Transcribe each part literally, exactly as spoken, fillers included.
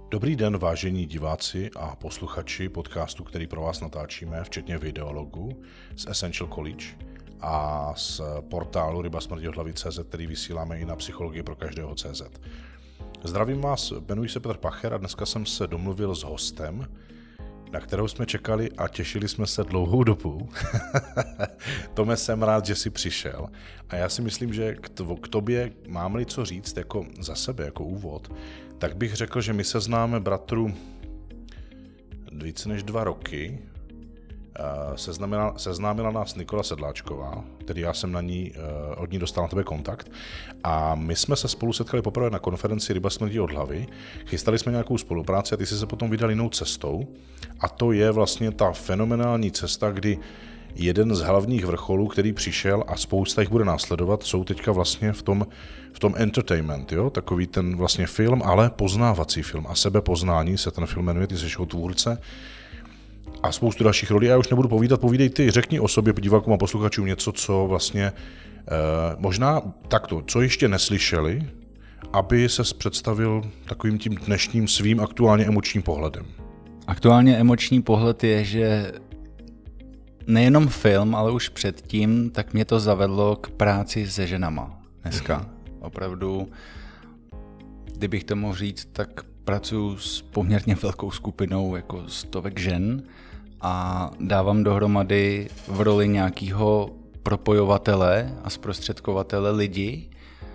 Dobrý den, vážení diváci a posluchači podcastu, který pro vás natáčíme, včetně videologu z Essential College a z portálu ryba smrti od hlavy tečka cé zet, který vysíláme i na psychologii pro každého tečka cé zet. Zdravím vás, jmenuji se Petr Pacher a dneska jsem se domluvil s hostem, na kterou jsme čekali a těšili jsme se dlouhou dobu. Tome, jsem rád, že jsi přišel. A já si myslím, že k, tvo, k tobě mám-li co říct jako za sebe, jako úvod, tak bych řekl, že my se známe, bratru, více než dva roky. Seznámila, seznámila nás Nikola Sedláčková, tedy já jsem na ní, od ní dostal na tebe kontakt. A my jsme se spolu setkali poprvé na konferenci Ryba smrdí od hlavy. Chystali jsme nějakou spolupráci a ty jsi se potom vydal jinou cestou. A to je vlastně ta fenomenální cesta, kdy jeden z hlavních vrcholů, který přišel a spousta jich bude následovat, jsou teďka vlastně v tom, v tom entertainment, jo? Takový ten vlastně film, ale poznávací film a sebepoznání se ten film jmenuje, ty jsi jeho tvůrce a spoustu dalších rolí. Já už nebudu povídat, povídej ty, řekni o sobě divákům a posluchačům něco, co vlastně eh, možná takto, co ještě neslyšeli, aby ses představil takovým tím dnešním svým aktuálně emočním pohledem. Aktuálně emoční pohled je, že nejenom film, ale už předtím, tak mě to zavedlo k práci se ženama dneska. Mm-hmm. Opravdu, kdybych to mohl říct, tak pracuji s poměrně velkou skupinou jako stovek žen a dávám dohromady v roli nějakého propojovatele a zprostředkovatele lidi,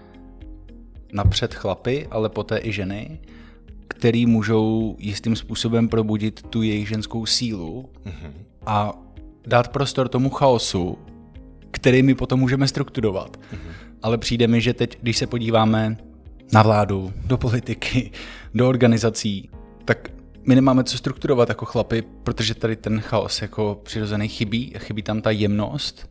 napřed chlapy, ale poté i ženy, který můžou jistým způsobem probudit tu jejich ženskou sílu mm-hmm. a dát prostor tomu chaosu, který my potom můžeme strukturovat. Mm-hmm. Ale přijde mi, že teď, když se podíváme na vládu, do politiky, do organizací, tak my nemáme co strukturovat jako chlapi, protože tady ten chaos jako přirozený chybí a chybí tam ta jemnost.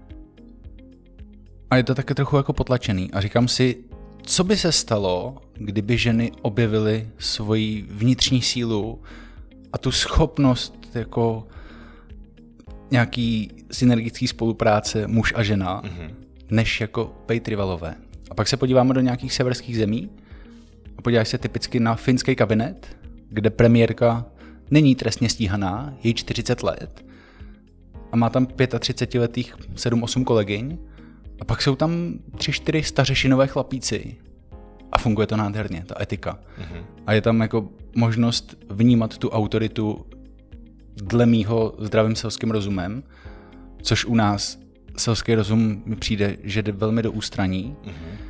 A je to také trochu jako potlačený. A říkám si, co by se stalo, kdyby ženy objevily svoji vnitřní sílu a tu schopnost jako nějaký synergický spolupráce muž a žena, mm-hmm. než jako bejt rivalové. A pak se podíváme do nějakých severských zemí a podíváš se typicky na finský kabinet, kde premiérka není trestně stíhaná, je jí čtyřicet let a má tam třicetiletých sedm osm kolegyň a pak jsou tam tři čtyři stařešinové chlapíci a funguje to nádherně, ta etika. Mm-hmm. A je tam jako možnost vnímat tu autoritu dle mýho zdravým selským rozumem, což u nás selský rozum mi přijde, že jde velmi do ústraní. Mm-hmm.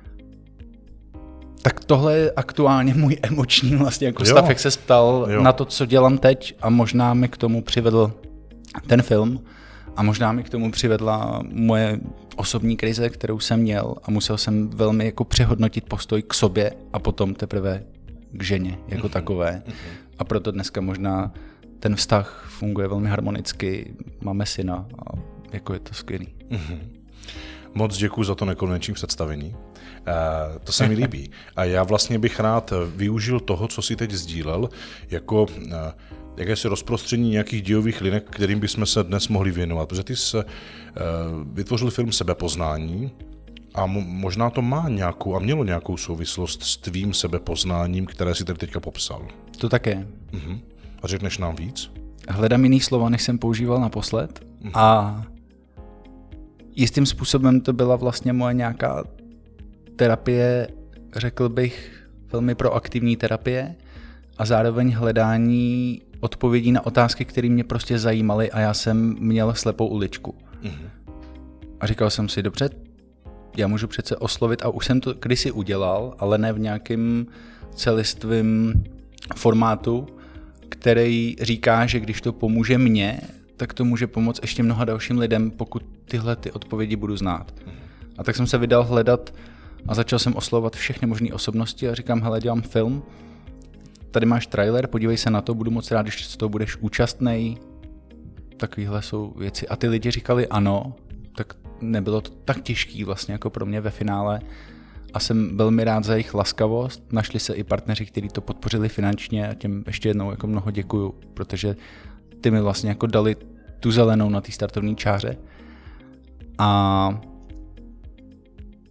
Tak tohle je aktuálně můj emoční vlastně jako stav, jak se ptal jo. na to, co dělám teď a možná mi k tomu přivedl ten film a možná mi k tomu přivedla moje osobní krize, kterou jsem měl a musel jsem velmi jako přehodnotit postoj k sobě a potom teprve k ženě jako mm-hmm. takové. Mm-hmm. A proto dneska možná ten vztah funguje velmi harmonicky, máme syna a jako je to skvělý. Mm-hmm. Moc děkuji za to nekonvenční představení. Uh, to se mi líbí. A já vlastně bych rád využil toho, co jsi teď sdílel, jako uh, jakési rozprostření nějakých dějových linek, kterým bychom se dnes mohli věnovat. Protože ty jsi uh, vytvořil film Sebepoznání a mo- možná to má nějakou a mělo nějakou souvislost s tvým sebepoznáním, které jsi tady teďka popsal. To také. Uh-huh. A řekneš nám víc? Hledám jiný slova, než jsem používal naposled. Uh-huh. A jistým způsobem to byla vlastně moje nějaká terapie, řekl bych, velmi proaktivní terapie a zároveň hledání odpovědí na otázky, které mě prostě zajímaly a já jsem měl slepou uličku. Mm-hmm. A říkal jsem si, dobře, já můžu přece oslovit, a už jsem to kdysi udělal, ale ne v nějakém celistvém formátu, který říká, že když to pomůže mně, tak to může pomoct ještě mnoha dalším lidem, pokud tyhle ty odpovědi budu znát. Mm-hmm. A tak jsem se vydal hledat a začal jsem oslovovat všechny možné osobnosti a říkám, hele, dělám film, tady máš trailer, podívej se na to, budu moc rád, když z toho budeš účastnej. Takovýhle jsou věci. A ty lidi říkali ano, tak nebylo to tak těžký vlastně jako pro mě ve finále. A jsem velmi rád za jejich laskavost. Našli se i partneři, kteří to podpořili finančně a těm ještě jednou jako mnoho děkuju, protože ty mi vlastně jako dali tu zelenou na té startovní čáře. A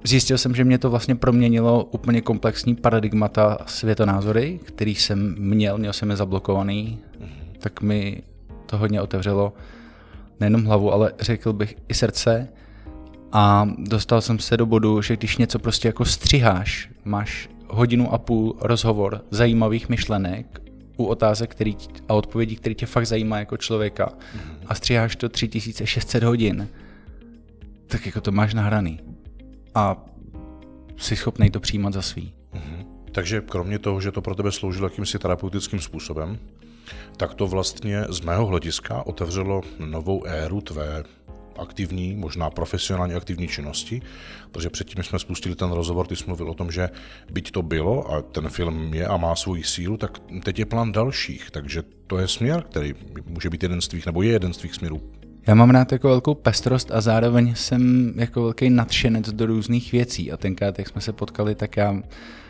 zjistil jsem, že mě to vlastně proměnilo úplně komplexní paradigmata světonázory, který jsem měl, měl jsem je zablokovaný, mm-hmm. tak mi to hodně otevřelo nejenom hlavu, ale řekl bych i srdce. A dostal jsem se do bodu, že když něco prostě jako střiháš, máš hodinu a půl rozhovor zajímavých myšlenek u otázek který, a odpovědí, které tě fakt zajímá jako člověka mm-hmm. a střiháš to tři tisíce šest set hodin, tak jako to máš nahraný. A jsi schopnej to přijímat za svý. Mm-hmm. Takže kromě toho, že to pro tebe sloužilo jakýmsi terapeutickým způsobem, tak to vlastně z mého hlediska otevřelo novou éru tvé aktivní, možná profesionálně aktivní činnosti, protože předtím, když jsme spustili ten rozhovor, ty jsi mluvil o tom, že byť to bylo a ten film je a má svoji sílu, tak teď je plán dalších, takže to je směr, který může být jeden z tvých, nebo je jeden z tvých směrů. Já mám rád jako velkou pestrost a zároveň jsem jako velký nadšenec do různých věcí a tenkrát, jak jsme se potkali, tak já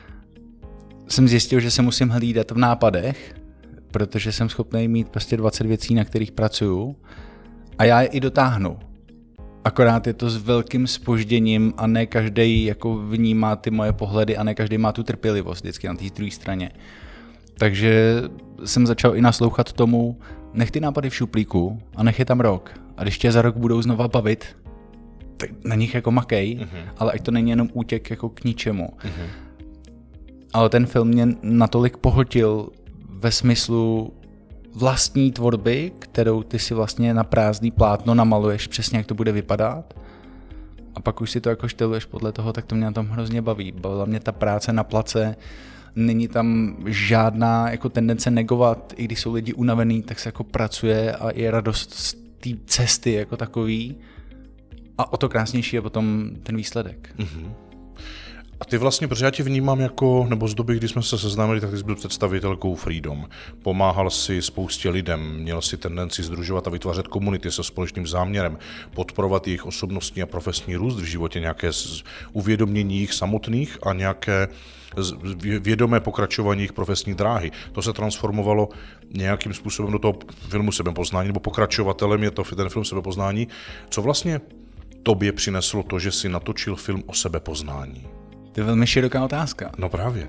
jsem zjistil, že se musím hlídat v nápadech, protože jsem schopný mít prostě dvacet věcí, na kterých pracuju a já je i dotáhnu. Akorát je to s velkým zpožděním a ne každý jako vnímá ty moje pohledy a ne každý má tu trpělivost vždycky na té druhé straně. Takže jsem začal i naslouchat tomu, nech ty nápady v šuplíku a nech je tam rok. A když tě za rok budou znova bavit, tak na nich jako makej, mm-hmm. ale ať to není jenom útěk jako k ničemu. Mm-hmm. Ale ten film mě natolik pohltil ve smyslu vlastní tvorby, kterou ty si vlastně na prázdný plátno namaluješ přesně, jak to bude vypadat. A pak už si to jako šteluješ podle toho, tak to mě na tom hrozně baví. Bavila mě ta práce na place, není tam žádná jako tendence negovat, i když jsou lidi unavený, tak se jako pracuje a je radost z té cesty jako takový. A o to krásnější je potom ten výsledek. Mm-hmm. A ty vlastně, protože já tě vnímám jako, nebo z doby, kdy jsme se seznámili, tak ty jsi byl představitelkou Freedom. Pomáhal si spoustě lidem, měl si tendenci sdružovat a vytvářet komunity se společným záměrem, podporovat jejich osobnostní a profesní růst v životě, nějaké uvědomění jich samotných a nějaké vědomé pokračování jejich profesní dráhy. To se transformovalo nějakým způsobem do toho filmu Sebepoznání, nebo pokračovatelem je to ten film Sebepoznání. Co vlastně tobě přineslo to, že jsi natočil film o sebepoznání? To je velmi široká otázka. No právě.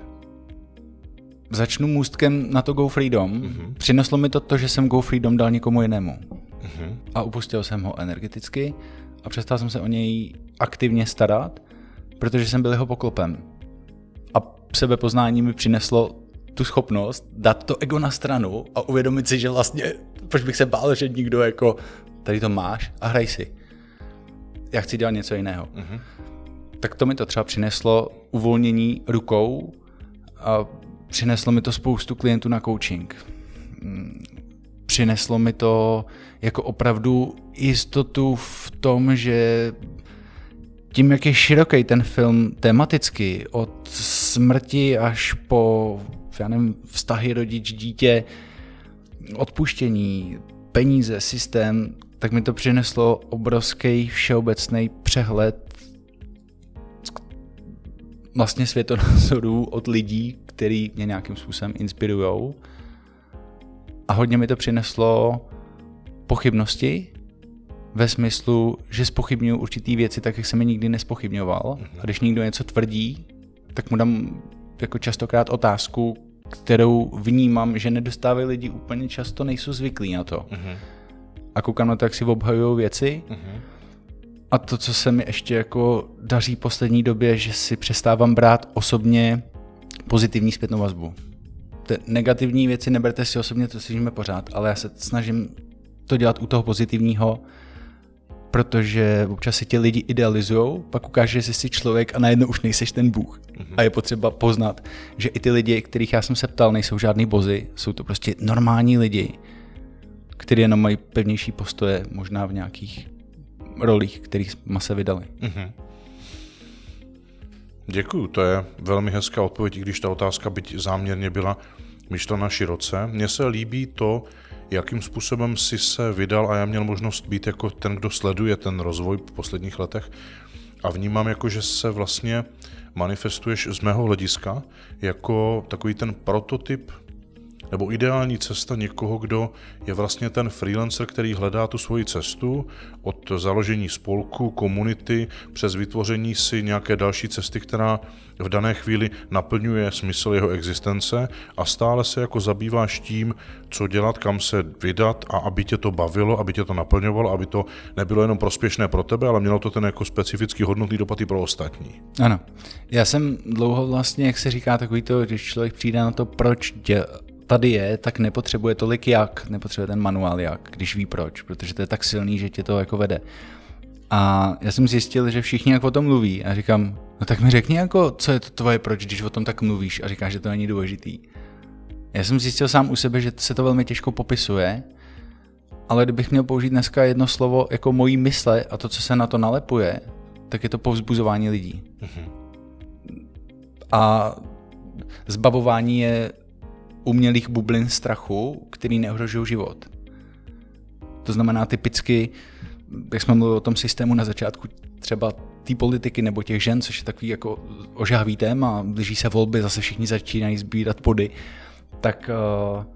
Začnu můstkem na to Go Freedom. Mm-hmm. Přineslo mi to to, že jsem Go Freedom dal někomu jinému. Mm-hmm. A upustil jsem ho energeticky a přestal jsem se o něj aktivně starat, protože jsem byl jeho poklopem. A sebepoznání mi přineslo tu schopnost dát to ego na stranu a uvědomit si, že vlastně, proč bych se bál, že nikdo jako, tady to máš a hraj si. Já chci dělat něco jiného. Mm-hmm. Tak to mi to třeba přineslo uvolnění rukou a přineslo mi to spoustu klientů na coaching. Přineslo mi to jako opravdu jistotu v tom, že tím, jak je široký ten film tematicky, od smrti až po já nevím, vztahy rodič-dítě, odpuštění, peníze, systém, tak mi to přineslo obrovský všeobecný přehled vlastně světonázorů od lidí, který mě nějakým způsobem inspirujou. A hodně mi to přineslo pochybnosti ve smyslu, že zpochybňuji určitý věci tak, jak jsem je nikdy nespochybňoval. A když někdo něco tvrdí, tak mu dám jako častokrát otázku, kterou vnímám, že nedostávají lidi úplně často, nejsou zvyklí na to. Uh-huh. A koukám na to, jak si obhajují věci. Uh-huh. A to, co se mi ještě jako daří poslední době, že si přestávám brát osobně pozitivní zpětnou vazbu. Ty negativní věci neberte si osobně, to slyšíme pořád, ale já se snažím to dělat u toho pozitivního, protože občas si tě lidi idealizujou, pak ukáže, že jsi člověk a najednou už nejseš ten Bůh. Mm-hmm. A je potřeba poznat, že i ty lidi, kterých já jsem se ptal, nejsou žádný bozy, jsou to prostě normální lidi, kteří jenom mají pevnější postoje, možná v nějakých rolích, kterých jsme se vydali. Mm-hmm. Děkuju, to je velmi hezká odpověď, i když ta otázka byť záměrně byla myšlena široce. Mně se líbí to, jakým způsobem jsi se vydal a já měl možnost být jako ten, kdo sleduje ten rozvoj v posledních letech a vnímám jako, že se vlastně manifestuješ z mého hlediska jako takový ten prototyp nebo ideální cesta někoho, kdo je vlastně ten freelancer, který hledá tu svoji cestu od založení spolku, komunity, přes vytvoření si nějaké další cesty, která v dané chvíli naplňuje smysl jeho existence a stále se jako zabýváš tím, co dělat, kam se vydat a aby tě to bavilo, aby tě to naplňovalo, aby to nebylo jenom prospěšné pro tebe, ale mělo to ten jako specifický hodnotný dopad i pro ostatní. Ano. Já jsem dlouho vlastně, jak se říká takový to, když člověk přijde na to, proč dě, tady je, tak nepotřebuje tolik jak, nepotřebuje ten manuál jak, když ví proč, protože to je tak silný, že tě to jako vede. A já jsem zjistil, že všichni jak o tom mluví a říkám, no tak mi řekni jako, co je to tvoje proč, když o tom tak mluvíš a říkáš, že to není důležitý. Já jsem zjistil sám u sebe, že se to velmi těžko popisuje, ale kdybych měl použít dneska jedno slovo jako mojí mysle a to, co se na to nalepuje, tak je to povzbuzování lidí. Mm-hmm. A zbavování je umělých bublin strachu, který neohrožují život. To znamená typicky, jak jsme mluvili o tom systému na začátku, třeba té politiky nebo těch žen, což je takový jako ožávý téma, blíží se volby, zase všichni začínají sbírat body, tak uh,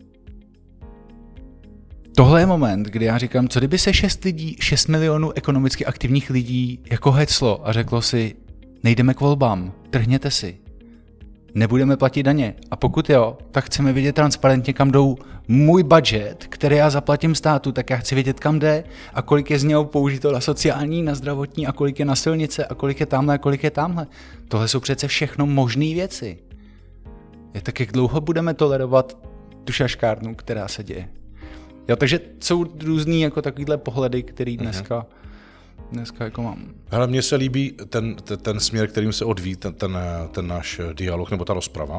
tohle je moment, kdy já říkám, co kdyby se šest lidí, šest milionů ekonomicky aktivních lidí jako heclo a řeklo si, nejdeme k volbám, trhněte si, nebudeme platit daně a pokud jo, tak chceme vidět transparentně, kam jdou můj budget, který já zaplatím státu, tak já chci vědět, kam jde a kolik je z něho použito na sociální, na zdravotní a kolik je na silnice a kolik je tamhle a kolik je tamhle. Tohle jsou přece všechno možné věci. Je tak, jak dlouho budeme tolerovat tu šaškárnu, která se děje. Jo, takže jsou různý jako takovýhle pohledy, který dneska, dneska jako mám. Hele, mně se líbí ten, ten, ten směr, kterým se odvíjí ten, ten, ten náš dialog nebo ta rozprava.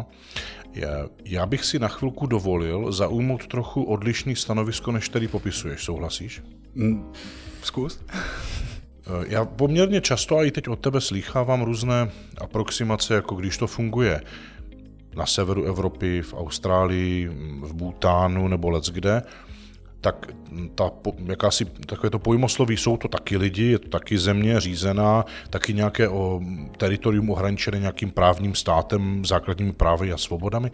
Já bych si na chvilku dovolil zaujmout trochu odlišný stanovisko, než který popisuješ. Souhlasíš? Mm, zkus. Já poměrně často a i teď od tebe slýchávám různé aproximace, jako když to funguje na severu Evropy, v Austrálii, v Bhutánu nebo leckde, tak ta, jakási, takové to pojmosloví, jsou to taky lidi, je to taky země řízená, taky nějaké o, teritorium ohraničené nějakým právním státem, základními právy a svobodami.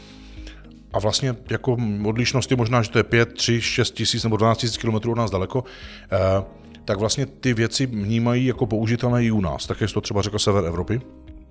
A vlastně jako odlišnost je možná, že to je pět, tři, šest tisíc nebo dvanáct tisíc kilometrů od nás daleko, eh, tak vlastně ty věci vnímají jako použitelné i u nás. Tak jak to třeba řekl sever Evropy.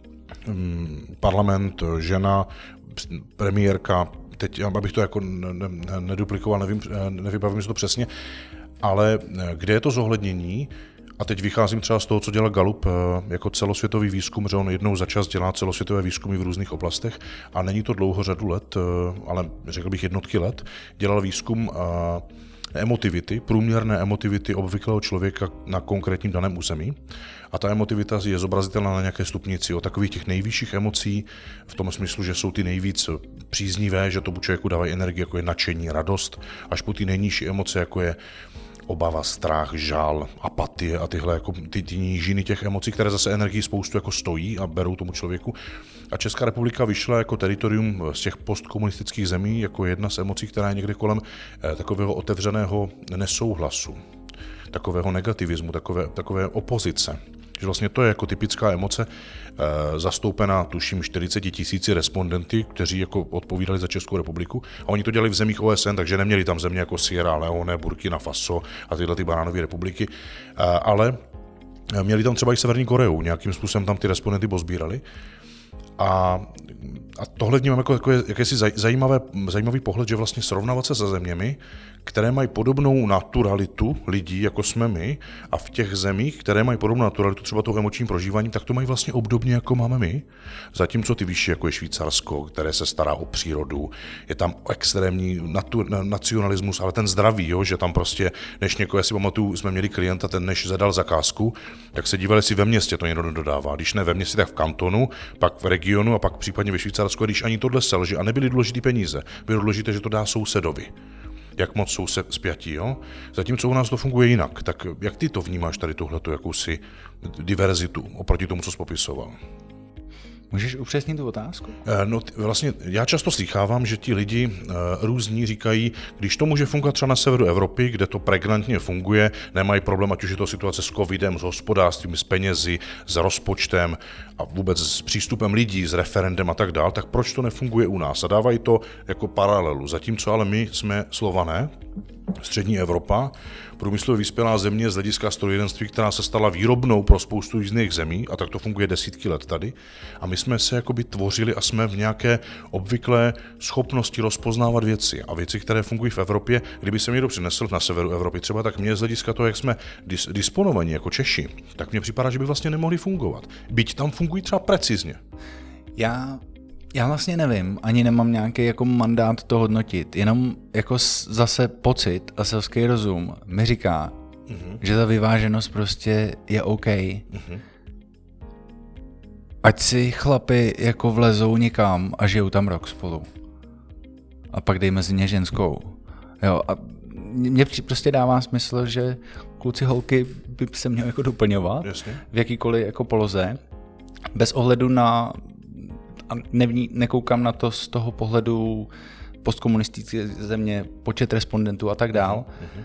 Parlament, žena, premiérka, teď, abych to jako neduplikoval, nevím, nevybavím si to přesně, ale kde je to zohlednění, a teď vycházím třeba z toho, co dělá Gallup jako celosvětový výzkum, že on jednou za čas dělá celosvětové výzkumy v různých oblastech a není to dlouho řadu let, ale řekl bych jednotky let, dělal výzkum emotivity, průměrné emotivity obvyklého člověka na konkrétním daném území. A ta emotivita je zobrazitelná na nějaké stupnici od takových těch nejvyšších emocí, v tom smyslu, že jsou ty nejvíc příznivé, že to člověku dávají energii, jako je nadšení, radost, až po ty nejnižší emoce, jako je obava, strach, žál, apatie a tyhle jako ty, ty nížiny těch emocí, které zase energii spoustu jako stojí a berou tomu člověku. A Česká republika vyšla jako teritorium z těch postkomunistických zemí jako jedna z emocí, která je někde kolem eh, takového otevřeného nesouhlasu, takového negativismu, takové, takové opozice. Že vlastně to je jako typická emoce e, zastoupená, tuším, čtyřicet tisíci respondenty, kteří jako odpovídali za Českou republiku. A oni to dělali v zemích O S N, takže neměli tam země jako Sierra Leone, Burkina Faso a tyhle ty banánové republiky. E, ale měli tam třeba i Severní Koreu, nějakým způsobem tam ty respondenty pozbírali. A, a tohle vnímám jako, jako jakési zajímavé, zajímavý pohled, že vlastně srovnávat se se zeměmi, které mají podobnou naturalitu lidí, jako jsme my, a v těch zemích, které mají podobnou naturalitu třeba tou emočním prožíváním, tak to mají vlastně obdobně, jako máme my. Zatímco ty vyšší, jako je Švýcarsko, které se stará o přírodu, je tam extrémní natu- nacionalismus, ale ten zdravý, jo, že tam prostě, než někoho, já si pamatuju, jsme měli klienta, ten než zadal zakázku, tak se dívali, si ve městě to někdo nedodává. Když ne ve městě, tak v kantonu, pak v regionu a pak případně ve Švýcarsku, když ani tohle selže a nebyly důležité peníze, bylo důležité, že to dá sousedovi. Jak moc jsou se spjatí, jo? Zatímco u nás to funguje jinak. Tak jak ty to vnímáš tady tuhletu jakousi diverzitu oproti tomu, co jsi popisoval? Můžeš upřesnit tu otázku? No vlastně já často slýchávám, že ti lidi různí říkají, když to může fungovat třeba na severu Evropy, kde to pregnantně funguje, nemají problém, ať už je to situace s covidem, s hospodářstvím, s penězi, s rozpočtem a vůbec s přístupem lidí, s referendem a tak dál, tak proč to nefunguje u nás? A dávají to jako paralelu. Zatímco ale my jsme Slované, střední Evropa, průmyslově vyspělá země z hlediska strojírenství, která se stala výrobnou pro spoustu jiných zemí, a tak to funguje desítky let tady. A my jsme se jakoby tvořili a jsme v nějaké obvyklé schopnosti rozpoznávat věci. A věci, které fungují v Evropě, kdyby se někdo přinesl na severu Evropy třeba, tak mě z hlediska toho, jak jsme dis- disponovaní jako Češi, tak mně připadá, že by vlastně nemohli fungovat. Byť tam fungují třeba precizně. Já Já vlastně nevím, ani nemám nějaký jako mandát to hodnotit, jenom jako zase pocit a selský rozum mi říká, uh-huh. že ta vyváženost prostě je OK. Uh-huh. Ať si chlapi jako vlezou někam a žijou tam rok spolu. A pak dej mezi ně ženskou. Jo, a mně prostě dává smysl, že kluci holky by se měli jako doplňovat. Jasně. V jakýkoliv jako poloze, bez ohledu na a nevní, nekoukám na to z toho pohledu postkomunistické země, počet respondentů a tak dál. Uh-huh.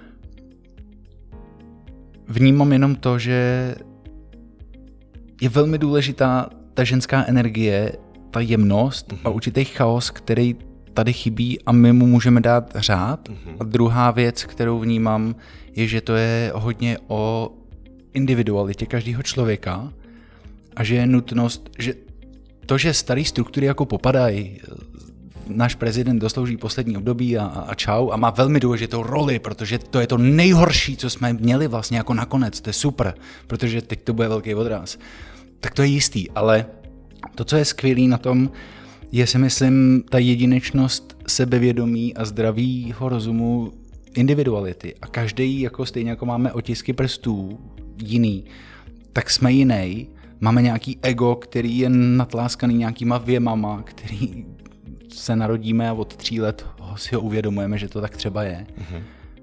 Vnímám jenom to, že je velmi důležitá ta ženská energie, ta jemnost uh-huh. a určitý chaos, který tady chybí a my mu můžeme dát řád. Uh-huh. A druhá věc, kterou vnímám, je, že to je hodně o individualitě každého člověka a že je nutnost, že to, že staré struktury jako popadají, náš prezident doslouží poslední období a, a čau a má velmi důležitou roli, protože to je to nejhorší, co jsme měli vlastně jako nakonec, to je super, protože teď to bude velký odraz. Tak to je jistý, ale to, co je skvělý na tom, je si myslím ta jedinečnost sebevědomí a zdravýho rozumu individuality. A každý, jako stejně jako máme otisky prstů jiný, tak jsme jiný. Máme nějaký ego, který je natláskaný nějakýma věmama, který se narodíme a od tří let si ho uvědomujeme, že to tak třeba je. Mm-hmm.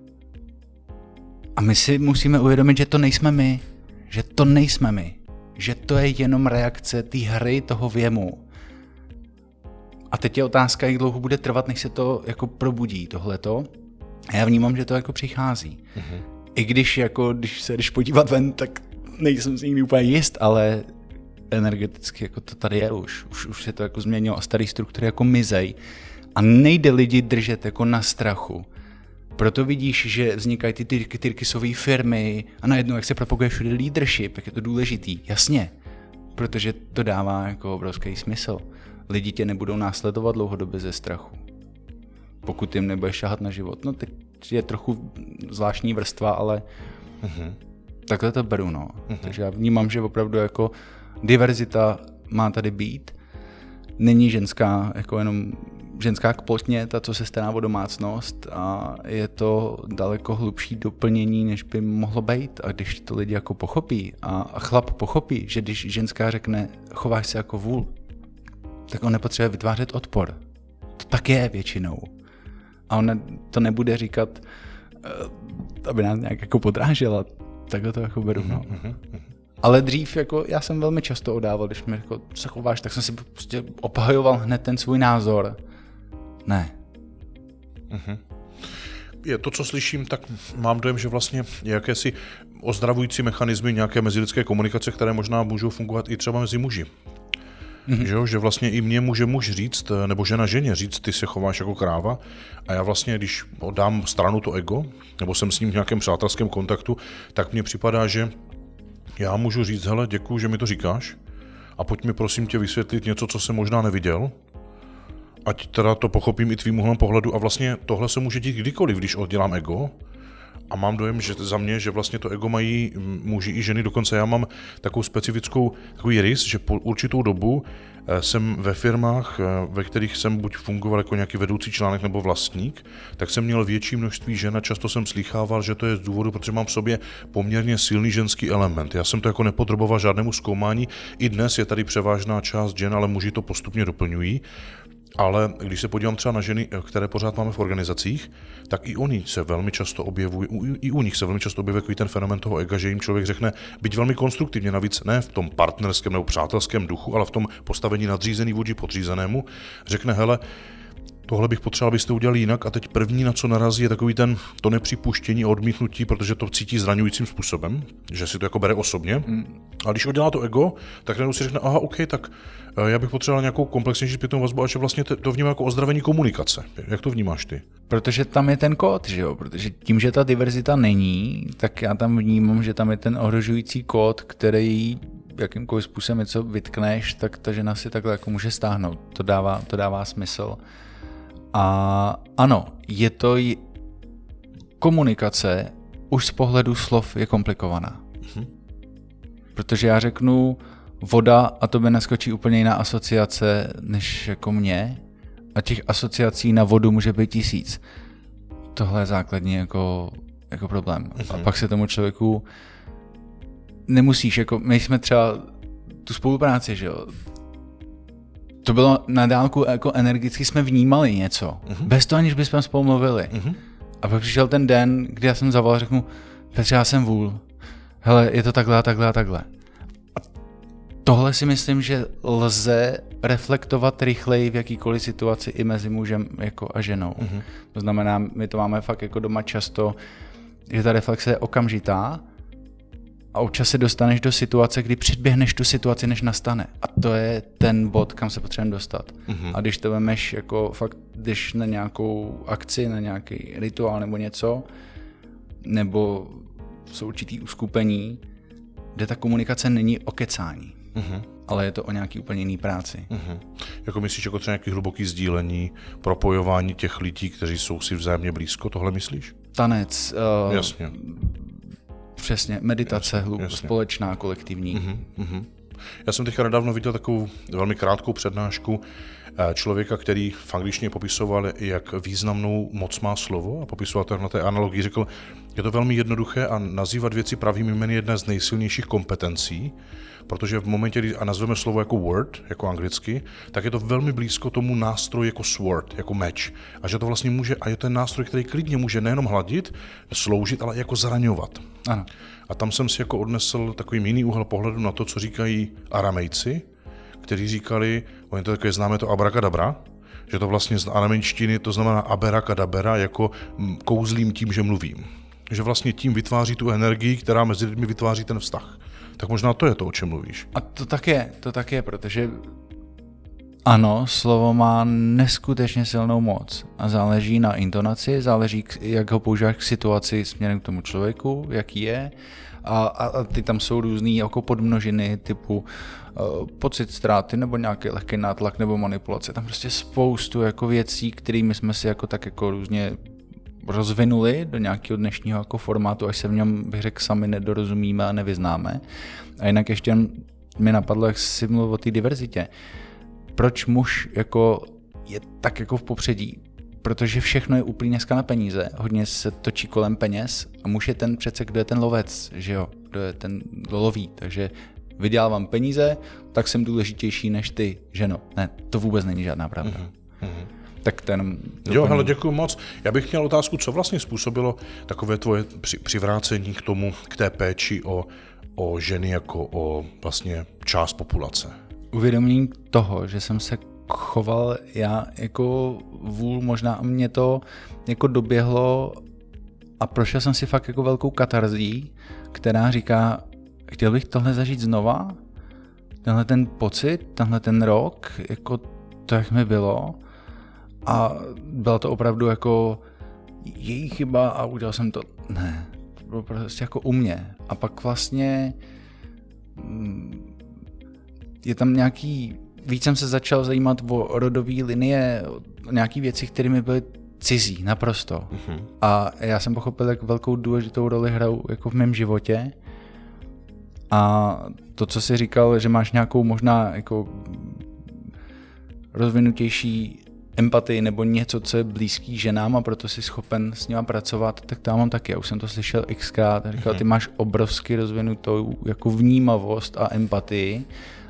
A my si musíme uvědomit, že to nejsme my. Že to nejsme my. Že to je jenom reakce té hry, toho věmu. A teď je otázka, jak dlouho bude trvat, než se to jako probudí, tohleto. A já vnímám, že to jako přichází. Mm-hmm. I když, jako, když se jdeš podívat ven, tak nejsem si nikdy úplně jist, ale energeticky jako to tady je už. Už, už se to jako změnilo a staré struktury jako mizej. A nejde lidi držet jako na strachu. Proto vidíš, že vznikají ty tyrkysové firmy a najednou, jak se propaguje všude leadership, jak je to důležitý. Jasně, protože to dává jako obrovský smysl. Lidi tě nebudou následovat dlouhodobě ze strachu. Pokud jim nebudeš šahat na život. No teď je trochu zvláštní vrstva, ale uh-huh. takhle to beru, no. Uh-huh. Takže já vnímám, že opravdu jako diverzita má tady být. Není ženská, jako jenom ženská kplotně, ta, co se stará o domácnost a je to daleko hlubší doplnění, než by mohlo být. A když to lidi jako pochopí a chlap pochopí, že když ženská řekne, chováš se jako vůl, tak on nepotřebuje vytvářet odpor. To tak je většinou. A on to nebude říkat, aby nás nějak jako podrážela. Takhle to jako beru, no. Ale dřív, jako já jsem velmi často odával, když mi jako se chováš, tak jsem si prostě obhajoval hned ten svůj názor. Ne. Uh-huh. Je to, co slyším, tak mám dojem, že vlastně jakési ozdravující mechanismy nějaké mezilidské komunikace, které možná můžou fungovat i třeba mezi muži. Mm-hmm. Že, jo? Že vlastně i mě může muž říct, nebo žena ženě říct, ty se chováš jako kráva a já vlastně, když dám stranu to ego, nebo jsem s ním v nějakém přátelském kontaktu, tak mně připadá, že já můžu říct, hele, děkuju, že mi to říkáš a pojď mi prosím tě vysvětlit něco, co jsem možná neviděl, ať teda to pochopím i tvým úhlem pohledu a vlastně tohle se může dít kdykoliv, když oddělám ego. A mám dojem, že za mě, že vlastně to ego mají muži i ženy, dokonce já mám takovou specifickou, takový rys, že po určitou dobu jsem ve firmách, ve kterých jsem buď fungoval jako nějaký vedoucí článek nebo vlastník, tak jsem měl větší množství žen a často jsem slýchával, že to je z důvodu, protože mám v sobě poměrně silný ženský element. Já jsem to jako nepodroboval žádnému zkoumání, i dnes je tady převážná část žen, ale muži to postupně doplňují. Ale když se podívám třeba na ženy, které pořád máme v organizacích, tak i oni se velmi často objevují, i u nich se velmi často objevuje ten fenomén toho ega, že jim člověk řekne, byť velmi konstruktivně, navíc ne v tom partnerském nebo přátelském duchu, ale v tom postavení nadřízený vůči podřízenému, řekne, hele, tohle bych potřeboval, abyste udělali jinak a teď první, na co narazí, je takový ten, to nepřipuštění a odmítnutí, protože to cítí zraňujícím způsobem, že si to jako bere osobně. Mm. A když udělá to ego, tak najednou si řekne, aha, OK, tak já bych potřeboval nějakou komplexnější zpětnou vazbu, a že vlastně to vnímá jako ozdravení komunikace. Jak to vnímáš ty? Protože tam je ten kód, že jo? Protože tím, že ta diverzita není, tak já tam vnímám, že tam je ten ohrožující kód, který jakýmkoliv způsobem něco vytkneš, tak ta žena si takhle jako může stáhnout. To dává, to dává smysl. A ano, je to j... komunikace už z pohledu slov je komplikovaná. Mhm. Protože já řeknu voda a to by naskočí úplně jiná asociace než jako mě. A těch asociací na vodu může být tisíc. Tohle je základní jako, jako problém. Mhm. A pak se tomu člověku nemusíš, jako my jsme třeba tu spolupráci, že jo, to bylo na dálku, jako energicky jsme vnímali něco. Uh-huh. Bez toho, aniž bychom spolu mluvili. Uh-huh. A pak přišel ten den, kdy já jsem zavolal a řeknu, Petře, já jsem vůl. Hele, je to takhle a takhle a takhle. A tohle si myslím, že lze reflektovat rychleji v jakýkoliv situaci i mezi mužem jako a ženou. Uh-huh. To znamená, my to máme fakt jako doma často, že ta reflexe je okamžitá, a občas se dostaneš do situace, kdy předběhneš tu situaci, než nastane. A to je ten bod, kam se potřebujeme dostat. Mm-hmm. A když to vemeš jako fakt, když na nějakou akci, na nějaký rituál nebo něco, nebo jsou určitý uskupení, kde ta komunikace není o kecání, mm-hmm. ale je to o nějaký úplně jiný práci. Mm-hmm. Jako myslíš, jako třeba nějaký hluboký sdílení, propojování těch lidí, kteří jsou si vzájemně blízko, tohle myslíš? Tanec. Uh, Jasně. Přesně, meditace, jasně, hlub, jasně. Společná, kolektivní. Uh-huh, uh-huh. Já jsem teďka nedávno viděl takovou velmi krátkou přednášku člověka, který v angličtině popisoval, jak významnou moc má slovo a popisoval to na té analogii. Řekl, je to velmi jednoduché a nazývat věci pravými jmény je jedna z nejsilnějších kompetencí, protože v momentě, kdy a nazveme slovo jako word, jako anglicky, tak je to velmi blízko tomu nástroji jako sword, jako meč. A že to vlastně může, a je to ten nástroj, který klidně může nejenom hladit, sloužit, ale jako zraňovat. Ano. A tam jsem si jako odnesl takový jiný úhel pohledu na to, co říkají Aramejci, kteří říkali, oni to takové známe to abrakadabra, že to vlastně z aramejštiny to znamená aberakadabera, jako kouzlím tím, že mluvím. Že vlastně tím vytváří tu energii, která mezi lidmi vytváří ten vztah. Tak možná to je to, o čem mluvíš. A to tak je, to tak je, protože ano, slovo má neskutečně silnou moc a záleží na intonaci, záleží, jak ho používáš k situaci směrem k tomu člověku, jaký je. A, a, a ty tam jsou různý jako podmnožiny typu uh, pocit ztráty nebo nějaký lehký nátlak nebo manipulace. Tam prostě spoustu jako věcí, kterými jsme si jako tak jako různě rozvinuli do nějakého dnešního jako formátu, až se v něm, bych řekl, sami nedorozumíme a nevyznáme. A jinak ještě mi napadlo, jak jsi mluvil o té diverzitě. Proč muž jako je tak jako v popředí? Protože všechno je úplně dneska na peníze. Hodně se točí kolem peněz a muž je ten přece, kdo je ten lovec, že jo? Kdo je ten, kdo loví. Takže vydělávám peníze, tak jsem důležitější než ty, ženo. Ne, to vůbec není žádná pravda. Mm-hmm. Tak ten... Jo, hele, děkuju moc. Já bych měl otázku, co vlastně způsobilo takové tvoje při, přivrácení k tomu, k té péči o, o ženy jako o vlastně část populace? Uvědomění toho, že jsem se choval já jako vůl, možná mě to jako doběhlo a prošel jsem si fakt jako velkou katarzí, která říká, chtěl bych tohle zažít znova, tenhle ten pocit, tenhle ten rok, jako to, jak mi bylo. A byla to opravdu jako její chyba a udělal jsem to. Ne, to bylo prostě jako u mě. A pak vlastně je tam nějaký, víc jsem se začal zajímat o rodové linie, o nějaký věci, které mi byly cizí, naprosto. Uh-huh. A já jsem pochopil, jak velkou důležitou roli hrajou jako v mém životě. A to, co jsi říkal, že máš nějakou možná jako rozvinutější empatii nebo něco, co je blízký ženám a proto jsi schopen s nima pracovat, tak to já mám taky. Já už jsem to slyšel xkrát. Říkal, ty máš obrovsky rozvinutou jako vnímavost a empatii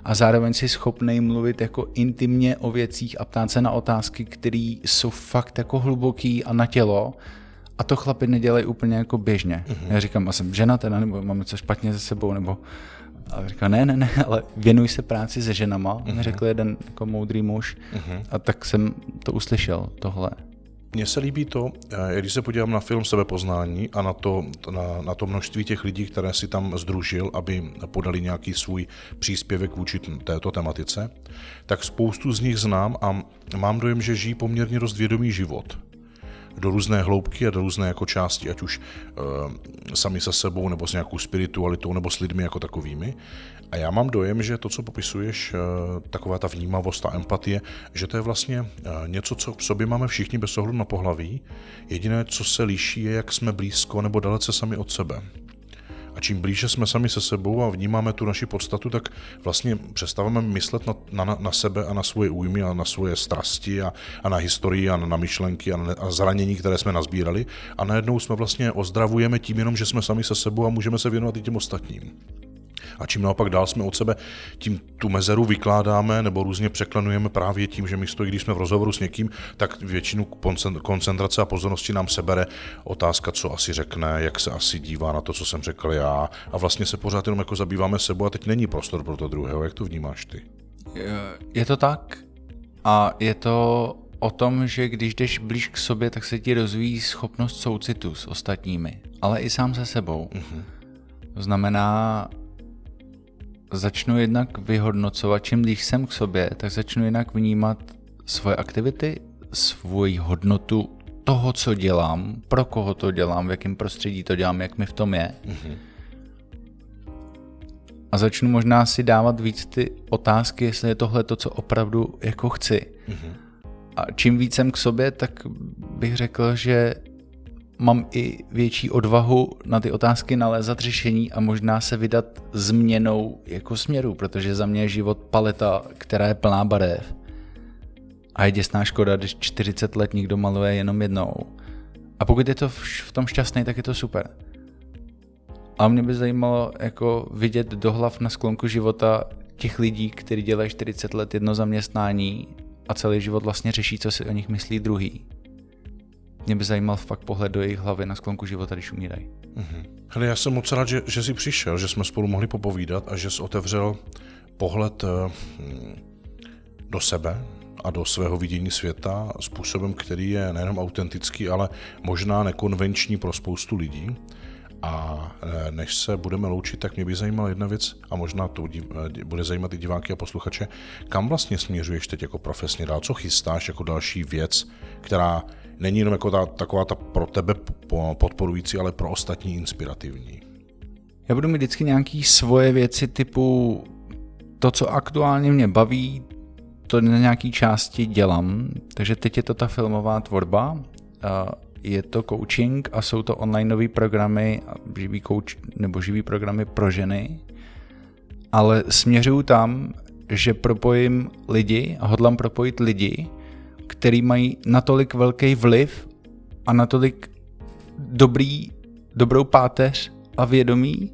a zároveň si schopnej mluvit jako intimně o věcích a ptát se na otázky, které jsou fakt jako hluboký a na tělo. A to chlapi nedělají úplně jako běžně. Mm-hmm. Já říkám, a jsem žena teda, nebo mám něco špatně se sebou, nebo... A říkám, ne, ne, ne, ale věnuj se práci se ženama, mm-hmm. mi řekl jeden jako moudrý muž. Mm-hmm. A tak jsem to uslyšel, tohle. Mně se líbí to, když se podívám na film Sebepoznání a na to, na, na to množství těch lidí, které si tam sdružil, aby podali nějaký svůj příspěvek vůči této tematice, tak spoustu z nich znám a mám dojem, že žijí poměrně dost vědomý život. Do různé hloubky a do různé jako části, ať už e, sami se sebou, nebo s nějakou spiritualitou, nebo s lidmi jako takovými. A já mám dojem, že to, co popisuješ, e, taková ta vnímavost a empatie, že to je vlastně e, něco, co v sobě máme všichni bez ohledu na pohlaví. Jediné, co se liší, je, jak jsme blízko nebo dalece sami od sebe. A čím blíže jsme sami se sebou a vnímáme tu naši podstatu, tak vlastně přestáváme myslet na, na, na sebe a na svoje újmy a na svoje strasti a, a na historii a na, na myšlenky a, na, a zranění, které jsme nazbírali. A najednou jsme vlastně ozdravujeme tím jenom, že jsme sami se sebou a můžeme se věnovat i těm ostatním. A čím naopak dál jsme od sebe, tím tu mezeru vykládáme nebo různě překlenujeme právě tím, že místo, když jsme v rozhovoru s někým, tak většinu koncentrace a pozornosti nám sebere otázka, co asi řekne, jak se asi dívá na to, co jsem řekl já. A vlastně se pořád jenom jako zabýváme sebou a teď není prostor pro to druhého. Jak to vnímáš ty? Je to tak a je to o tom, že když jdeš blíž k sobě, tak se ti rozvíjí schopnost soucitu s ostatními, ale i sám se sebou. Mm-hmm. To znamená, začnu jednak vyhodnocovat, čím blíž jsem k sobě, tak začnu jinak vnímat svoje aktivity, svoji hodnotu toho, co dělám, pro koho to dělám, v jakém prostředí to dělám, jak mi v tom je. Mm-hmm. A začnu možná si dávat víc ty otázky, jestli je tohle to, co opravdu jako chci. Mm-hmm. A čím víc jsem k sobě, tak bych řekl, že mám i větší odvahu na ty otázky nalézat řešení a možná se vydat změnou jako směru, protože za mě je život paleta, která je plná barev. A je děsná škoda, když čtyřicet let nikdo maluje jenom jednou. A pokud je to v tom šťastný, tak je to super. A mě by zajímalo jako vidět do hlav na sklonku života těch lidí, kteří dělají čtyřicet let jedno zaměstnání a celý život vlastně řeší, co si o nich myslí druhý. Mě by zajímal fakt pohled do jejich hlavy na sklonku života, když umírají. Mm-hmm. Hele, já jsem moc rád, že, že jsi přišel, že jsme spolu mohli popovídat a že jsi otevřel pohled hm, do sebe a do svého vidění světa způsobem, který je nejenom autentický, ale možná nekonvenční pro spoustu lidí. A než se budeme loučit, tak mě by zajímala jedna věc, a možná to bude zajímat i diváky a posluchače, kam vlastně směřuješ teď jako profesně dál, co chystáš jako další věc, která není jenom jako ta, taková ta pro tebe podporující, ale pro ostatní inspirativní. Já budu mít vždycky nějaké svoje věci typu to, co aktuálně mě baví, to na nějaké části dělám, takže teď je to ta filmová tvorba, je to coaching a jsou to online nový programy, živý coach, nebo živý programy pro ženy, ale směřuju tam, že propojím lidi a hodlám propojit lidi, který mají natolik velký vliv a natolik dobrý, dobrou páteř a vědomí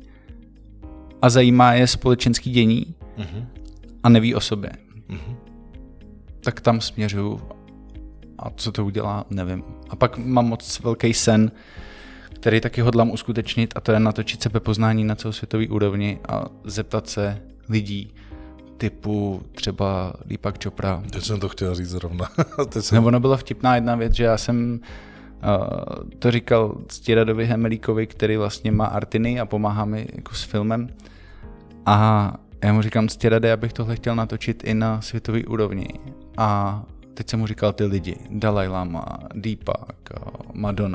a zajímá je společenský dění mm-hmm. a neví o sobě. Mm-hmm. Tak tam směřuju a co to udělá, nevím. A pak mám moc velký sen, který taky hodlám uskutečnit a to je natočit sebepoznání na celosvětový úrovni a zeptat se lidí typu třeba Deepak Chopra. Teď jsem to chtěl říct zrovna. jsem... Nebo ono byla vtipná jedna věc, že já jsem uh, to říkal Ctiradovi Hemelíkovi, který vlastně má Artiny a pomáhá mi jako s filmem. A já mu říkám, Ctirade, já bych tohle chtěl natočit i na světový úrovni. A teď jsem mu říkal ty lidi, Dalai Lama, Deepak, Madonna.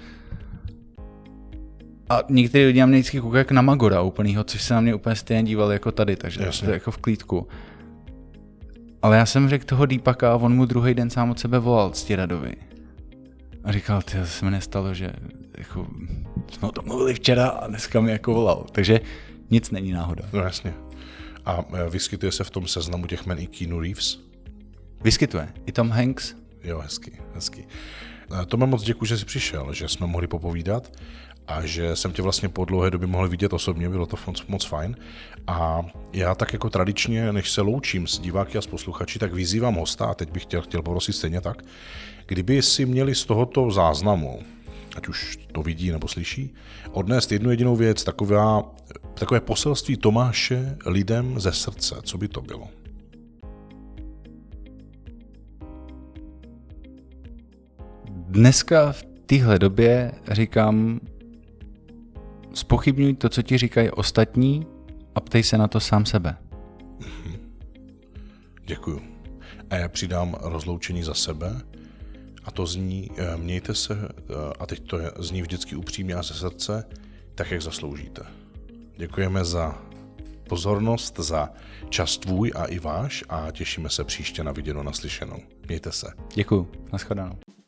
A některý lidi na mě vždycky koukají jak na Magora úplnýho, což se na mě úplně stejně díval jako tady, takže Jasně. to je jako v klídku. Ale já jsem řekl toho Deepaka a on mu druhý den sám od sebe volal Ctiradovi. A říkal, to se mi nestalo, že jako, jsme o tom mluvili včera a dneska mi jako volal. Takže nic není náhoda. No jasně. A vyskytuje se v tom seznamu těch jmen i Keanu Reeves? Vyskytuje. I Tom Hanks. Jo, hezky, hezky. Tome, moc děkuji, že jsi přišel, že jsme mohli popovídat a že jsem tě vlastně po dlouhé době mohl vidět osobně, bylo to moc, moc fajn. A já tak jako tradičně, než se loučím s diváky a s posluchači, tak vyzývám hosta, a teď bych chtěl, chtěl porosit stejně tak, kdyby si měli z tohoto záznamu, ať už to vidí nebo slyší, odnést jednu jedinou věc, taková, takové poselství Tomáše lidem ze srdce, co by to bylo? Dneska v téhle době říkám, zpochybňuj to, co ti říkají ostatní a ptej se na to sám sebe. Děkuju. A já přidám rozloučení za sebe a to zní, mějte se, a teď to je, zní vždycky upřímně a ze srdce, tak, jak zasloužíte. Děkujeme za pozornost, za čas tvůj a i váš a těšíme se příště na viděnou, naslyšenou. Mějte se. Děkuju. Nashledanou.